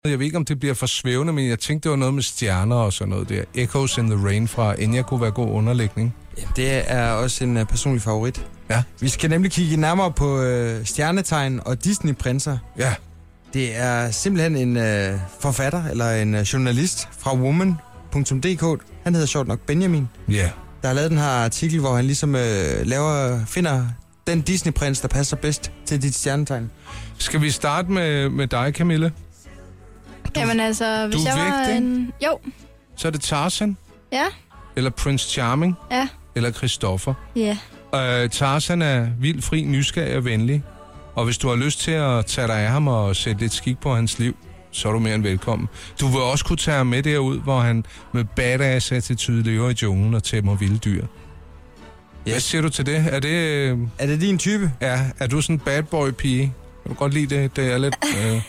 Jeg ved ikke, om det bliver for svævende, men jeg tænkte, det var noget med stjerner og sådan noget der. Echoes in the Rain fra Enya kunne være god underlægning. Ja, det er også en personlig favorit. Ja. Vi skal nemlig kigge nærmere på stjernetegn og Disney-prinser. Ja. Det er simpelthen en forfatter, eller en journalist fra woman.dk. Han hedder sjovt nok Benjamin. Ja. Der har lavet den her artikel, hvor han ligesom finder den Disney-prins, der passer bedst til dit stjernetegn. Skal vi starte med dig, Camilla? Jamen altså, hvis du jeg var vægt, en... Jo. Så er det Tarzan? Ja. Eller Prince Charming? Ja. Eller Christoffer? Ja. Tarzan er vild, fri, nysgerrig og venlig. Og hvis du har lyst til at tage dig af ham og sætte lidt skik på hans liv, så er du mere end velkommen. Du vil også kunne tage ham med derud, hvor han med badass-attitude lever i junglen og tæmmer vilde dyr. Yes. Hvad siger du til det? Er det din type? Ja, er du sådan en bad boy-pige? Kan du godt lide det? Det er lidt...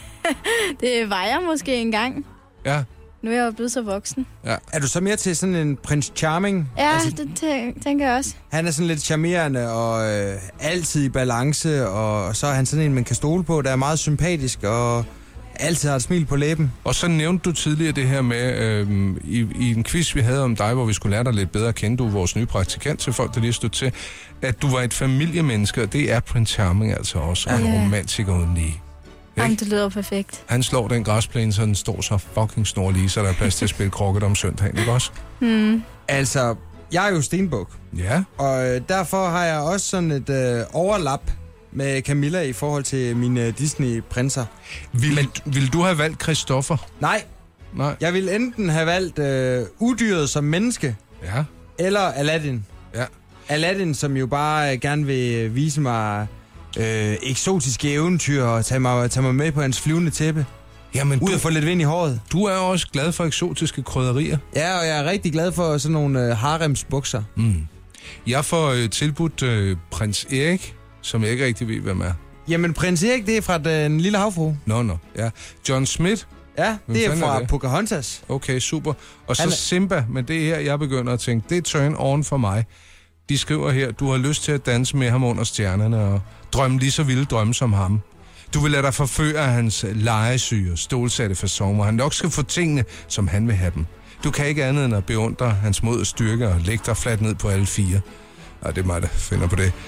Det var jeg måske engang. Ja. Nu er jeg jo blevet så voksen. Ja. Er du så mere til sådan en Prince Charming? Ja, altså, det tænker jeg også. Han er sådan lidt charmerende og altid i balance, og så er han sådan en, man kan stole på, der er meget sympatisk og altid har et smil på læben. Og så nævnte du tidligere det her med, i en quiz, vi havde om dig, hvor vi skulle lære dig lidt bedre at kende, du vores nye praktikant til folk, der lige stod til, at du var et familiemenneske, og det er Prince Charming altså også, og en romantiker uden lige. Jamen, det lyder perfekt. Han slår den græsplæne, så den står så fucking snorlige, så der er plads til at spille krokket om søndagen, ikke også? Altså, jeg er jo stenbuk. Ja. Og derfor har jeg også sådan et overlap med Camilla i forhold til mine Disney-prinser. Vil du have valgt Christoffer? Nej. Jeg vil enten have valgt udyret som menneske, ja, eller Aladdin. Ja. Aladdin, som jo bare gerne vil vise mig eksotiske eventyr og tage mig med på hans flyvende tæppe. Jamen, ud og få lidt vind i håret. Du er også glad for eksotiske krydderier. Ja, og jeg er rigtig glad for sådan nogle haremsbukser. Jeg får tilbudt prins Erik, som jeg ikke rigtig ved, hvem er. Jamen, prins Erik, det er fra Den Lille Havfrue. Nå, ja. John Smith. Ja, det er fra Pocahontas. Okay, super. Og så Simba, men det er her, jeg begynder at tænke, det er turn on for mig. De skriver her, du har lyst til at danse med ham under stjernerne og drømme lige så vilde drømme som ham. Du vil lade dig forføre af hans legesyge og stålsatte facon, hvor han nok skal få tingene, som han vil have dem. Du kan ikke andet end at beundre hans mod og styrke og lægge dig fladt ned på alle fire. Og det er mig, der finder på det.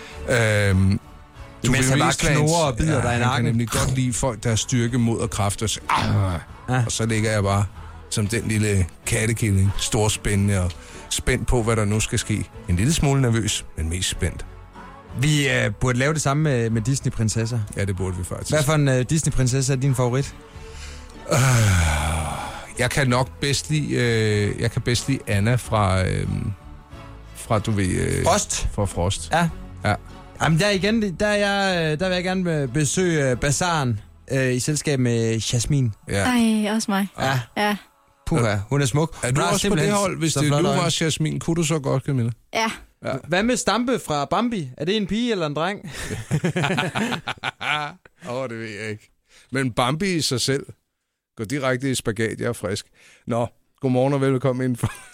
Du vil bare knurre og bider dig i nakken. Jeg kan nemlig godt lide folk, der har styrke, mod og kraft. Og så ligger jeg bare som den lille kattekilling, storspændende og spændt på, hvad der nu skal ske. En lille smule nervøs, men mest spændt. Vi burde lave det samme med Disney-prinsesser. Ja, det burde vi faktisk. Hvad for en Disney-prinsesse er din favorit? Jeg kan nok bedst lide, Anna fra du ved... Frost? Fra Frost. Ja. Ja. Jamen, der vil jeg gerne besøge Bazaren i selskab med Jasmine. Ja. Ej, også mig. Ja. Puha, hun er smuk. Er du også på det hold? Hvis det nu var Jasmine, kunne du så godt, Camilla? Ja. Hvad med Stampe fra Bambi? Er det en pige eller en dreng? Det ved jeg ikke. Men Bambi i sig selv går direkte i spaghetti og frisk. Nå, godmorgen og velkommen indenfor.